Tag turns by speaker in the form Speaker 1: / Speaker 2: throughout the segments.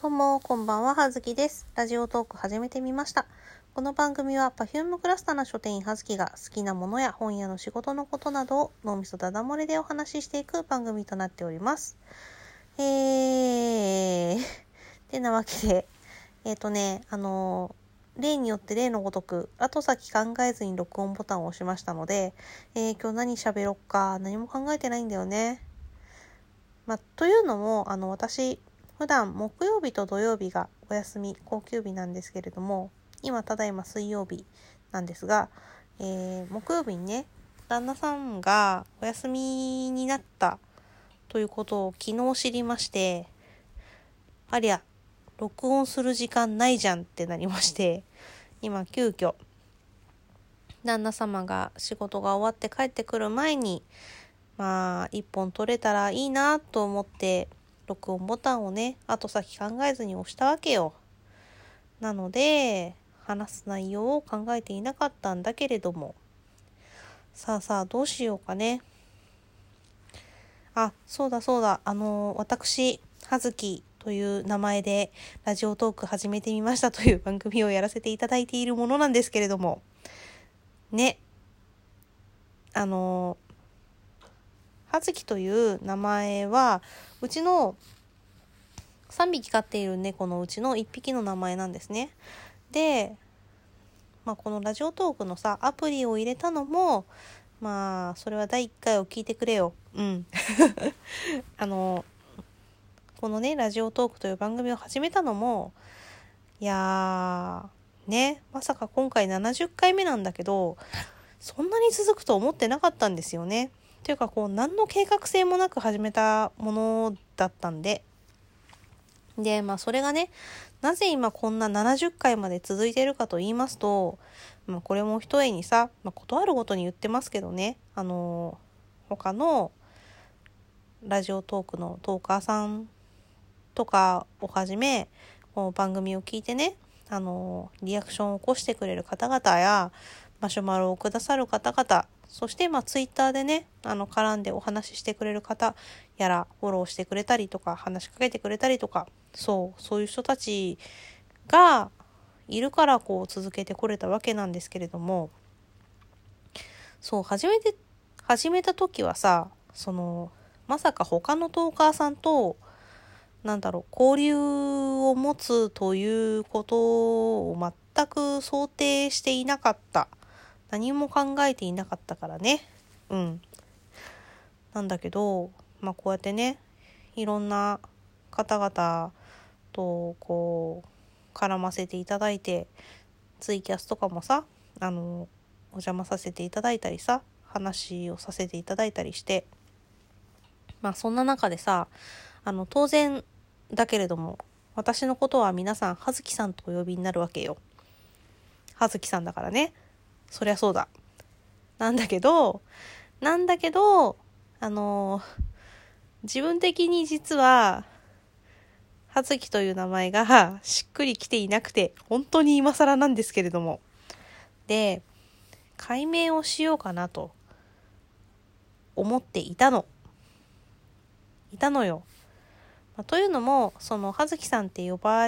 Speaker 1: どうも、こんばんは、はずきです。ラジオトーク始めてみました。この番組は Perfume クラスターな書店員はずきが好きなものや本屋の仕事のことなどを脳みそだだ漏れでお話ししていく番組となっております。てなわけで、例によって例のごとく、後先考えずに録音ボタンを押しましたので、今日何喋ろっか、何も考えてないんだよね。というのも、私、普段木曜日と土曜日がお休み、公休日なんですけれども、ただいま水曜日なんですが、木曜日にね、旦那さんがお休みになったということを昨日知りまして、ありゃ、録音する時間ないじゃんってなりまして、今急遽、旦那様が仕事が終わって帰ってくる前に、一本取れたらいいなと思って、録音ボタンをね、後先考えずに押したわけよ。なので、話す内容を考えていなかったんだけれども。さあ、どうしようかね。そうだ。私、はずきという名前でラジオトーク始めてみましたという番組をやらせていただいているものなんですけれども。ね。はずきという名前は、うちの3匹飼っている猫のうちの1匹の名前なんですね。で、このラジオトークのさ、アプリを入れたのも、それは第1回を聞いてくれよ。このね、ラジオトークという番組を始めたのも、まさか今回70回目なんだけど、そんなに続くと思ってなかったんですよね。というか、何の計画性もなく始めたものだったんで。で、それがね、なぜ今こんな70回まで続いているかと言いますと、これも一重にさ、ことあるごとに言ってますけどね、他のラジオトークのトーカーさんとかをはじめ、この番組を聞いてね、リアクションを起こしてくれる方々や、マシュマロをくださる方々、そしてツイッターでね、絡んでお話ししてくれる方やら、フォローしてくれたりとか、話しかけてくれたりとか、そういう人たちがいるから続けてこれたわけなんですけれども、始めた時はさ、まさか他のトーカーさんと、交流を持つということを全く想定していなかった。何も考えていなかったからね。なんだけど、こうやってね、いろんな方々と絡ませていただいて、ツイキャスとかもさ、お邪魔させていただいたりさ、話をさせていただいたりして、そんな中でさ、当然だけれども、私のことは皆さん、はずきさんとお呼びになるわけよ。はずきさんだからね。そりゃそうだ。なんだけど、自分的に実は、はずきという名前がしっくりきていなくて、本当に今更なんですけれども。で、改名をしようかなと思っていたのよ。というのも、はずきさんって呼ん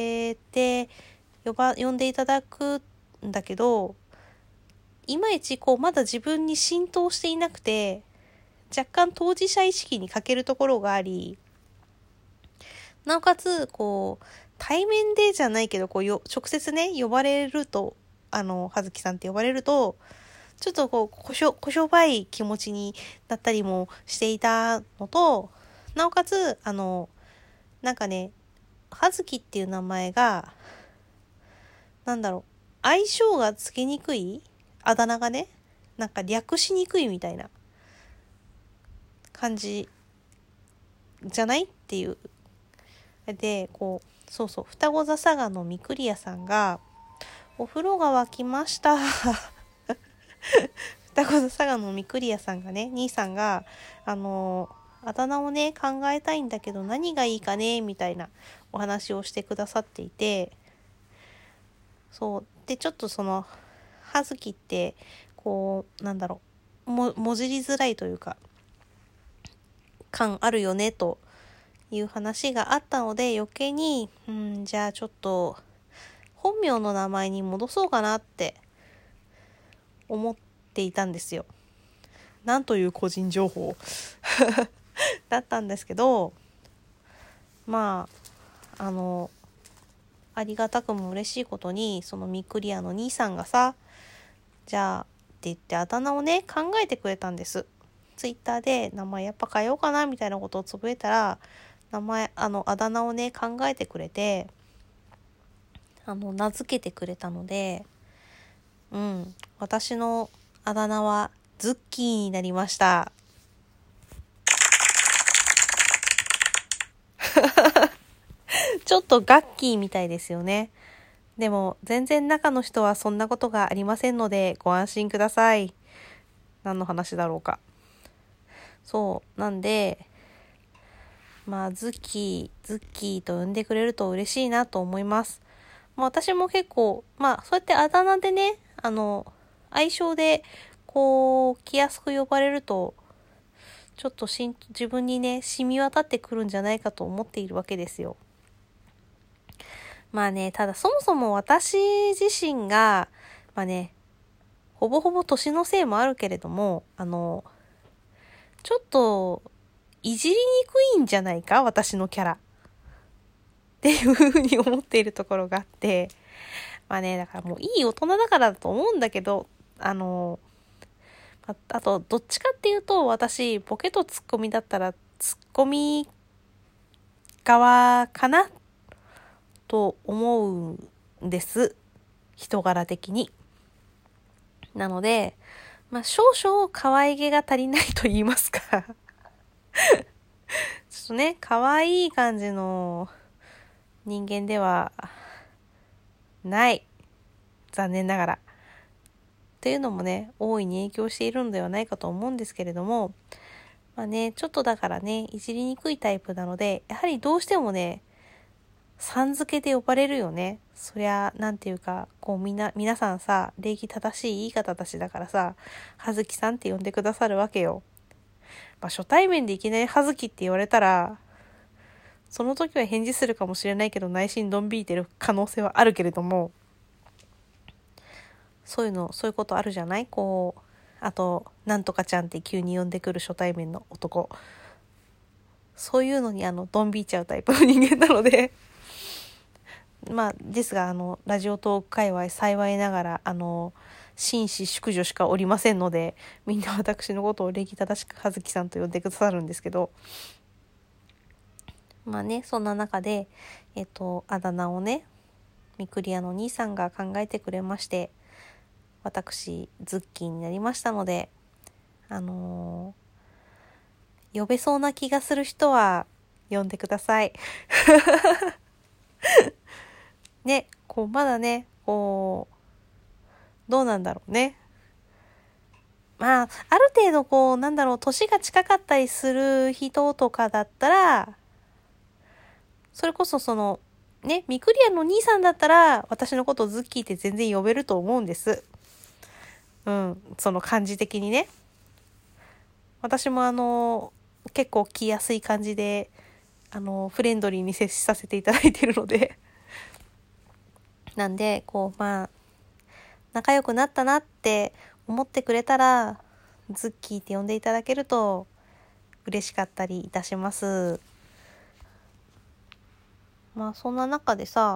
Speaker 1: でいただくんだけど、いまいちまだ自分に浸透していなくて、若干当事者意識に欠けるところがあり、なおかつ、対面でじゃないけど、直接ね、呼ばれると、はずきさんって呼ばれると、ちょっとこしょばい気持ちになったりもしていたのと、なおかつ、はずきっていう名前が、相性がつけにくいあだ名がね、略しにくいみたいな感じじゃないっていう。で、双子座佐賀のみくりやさんが、お風呂が沸きました。双子座佐賀のみくりやさんがね、兄さんが、あだ名をね、考えたいんだけど何がいいかね、みたいなお話をしてくださっていて、で、ちょっとはずきって、もじりづらいというか、感あるよね、という話があったので、余計に、じゃあちょっと本名の名前に戻そうかなって思っていたんですよ。なんという個人情報だったんですけど、まあありがたくも嬉しいことに、そのミクリアの兄さんがさ、じゃあって言ってあだ名をね考えてくれたんです。ツイッターで名前やっぱ変えようかなみたいなことをつぶえたら、あだ名をね考えてくれて、名付けてくれたので、私のあだ名はズッキーになりました。ちょっとガッキーみたいですよね。でも全然中の人はそんなことがありませんのでご安心ください。何の話だろうか。そうなんで、ズッキーと呼んでくれると嬉しいなと思います。私も結構そうやってあだ名でね、愛称でこう気安く呼ばれるとちょっと自分にね染み渡ってくるんじゃないかと思っているわけですよ。ただそもそも私自身がほぼほぼ年のせいもあるけれども、ちょっといじりにくいんじゃないか私のキャラっていうふうに思っているところがあって、だからもういい大人だからだと思うんだけど、あとどっちかっていうと、私ボケとツッコミだったらツッコミ側かなと思うんです、人柄的に。なので少々可愛げが足りないと言いますかちょっとね可愛い感じの人間ではない、残念ながらっていうのもね大いに影響しているのではないかと思うんですけれども、ちょっとだからねいじりにくいタイプなので、やはりどうしてもねさん付けで呼ばれるよね。そりゃなんていうかこう皆さんさ礼儀正しい言い方たちだからさ、はずきさんって呼んでくださるわけよ。初対面でいきなりはずきって言われたら、その時は返事するかもしれないけど内心ドン引いてる可能性はあるけれども、そういうことあるじゃない。こうあとなんとかちゃんって急に呼んでくる初対面の男、そういうのにドン引いちゃうタイプの人間なのでですがラジオトーク界隈幸いながら紳士淑女しかおりませんので、みんな私のことを礼儀正しくはずきさんと呼んでくださるんですけど、そんな中であだ名をねミクリアの兄さんが考えてくれまして、私ズッキーになりましたので、呼べそうな気がする人は呼んでくださいね、まだねどうなんだろうね。ある程度年が近かったりする人とかだったら、それこそミクリアの兄さんだったら私のことをズッキーって全然呼べると思うんです。その感じ的にね。私も結構来やすい感じでフレンドリーに接しさせていただいているのでなんで仲良くなったなって思ってくれたらズッキーって呼んでいただけると嬉しかったりいたします。そんな中でさ、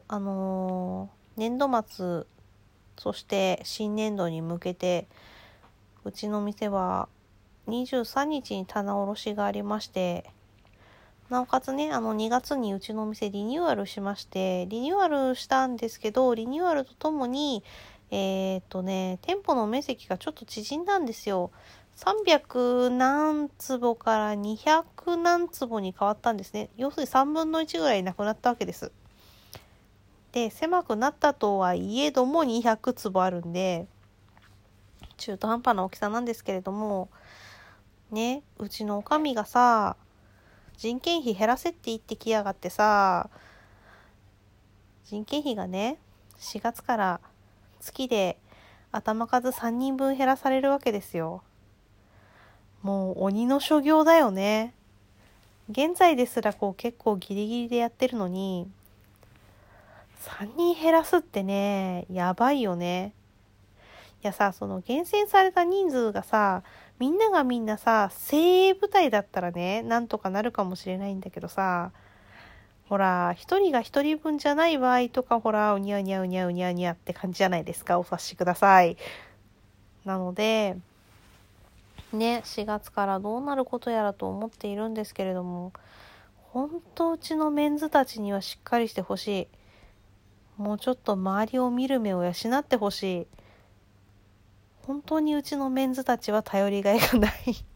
Speaker 1: 年度末そして新年度に向けてうちの店は23日に棚卸しがありまして、なおかつね2月にうちのお店リニューアルしまして、リニューアルしたんですけど、リニューアルとともに店舗の面積がちょっと縮んだんですよ。300何坪から200何坪に変わったんですね。要するに3分の1ぐらいなくなったわけです。で狭くなったとはいえども200坪あるんで中途半端な大きさなんですけれどもね、うちのおかみがさ人件費減らせって言ってきやがってさ、人件費がね4月から月で頭数3人分減らされるわけですよ。もう鬼の所業だよね。 現在ですらこう結構ギリギリでやってるのに、3人減らすってね、やばいよね。いやさ、その厳選された人数がさ、みんながみんなさ、精鋭部隊だったらね、なんとかなるかもしれないんだけどさ、ほら、一人が一人分じゃない場合とか、ほら、うにゃうにゃうにゃうにゃうにゃって感じじゃないですか。お察しください。なので、ね、4月からどうなることやらと思っているんですけれども、本当うちのメンズたちにはしっかりしてほしい。もうちょっと周りを見る目を養ってほしい。本当にうちのメンズたちは頼りがいがない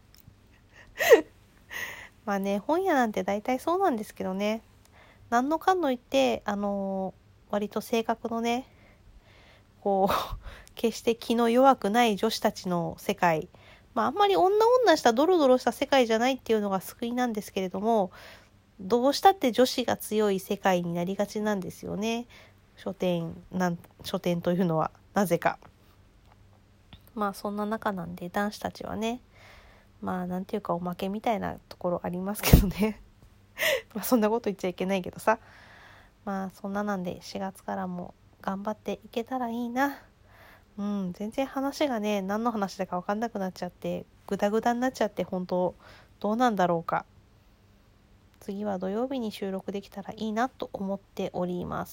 Speaker 1: まあね、本屋なんて大体そうなんですけどね。何のかんの言って、割と性格のね、こう、決して気の弱くない女子たちの世界。まああんまり女したドロドロした世界じゃないっていうのが救いなんですけれども、どうしたって女子が強い世界になりがちなんですよね。書店というのはなぜか。まあそんな中なんで男子たちはね、まあなんていうかおまけみたいなところありますけどね。まあそんなこと言っちゃいけないけどさ。まあそんななんで4月からも頑張っていけたらいいな。全然話がね、何の話だか分かんなくなっちゃって、グダグダになっちゃって、本当どうなんだろうか。次は土曜日に収録できたらいいなと思っております。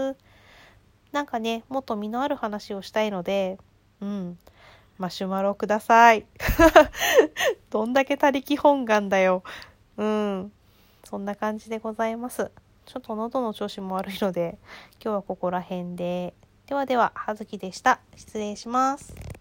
Speaker 1: なんかね、もっと身のある話をしたいので、マシュマロください。どんだけ他力本願だよ。そんな感じでございます。ちょっと喉の調子も悪いので、今日はここら辺で。ではでは、はずきでした。失礼します。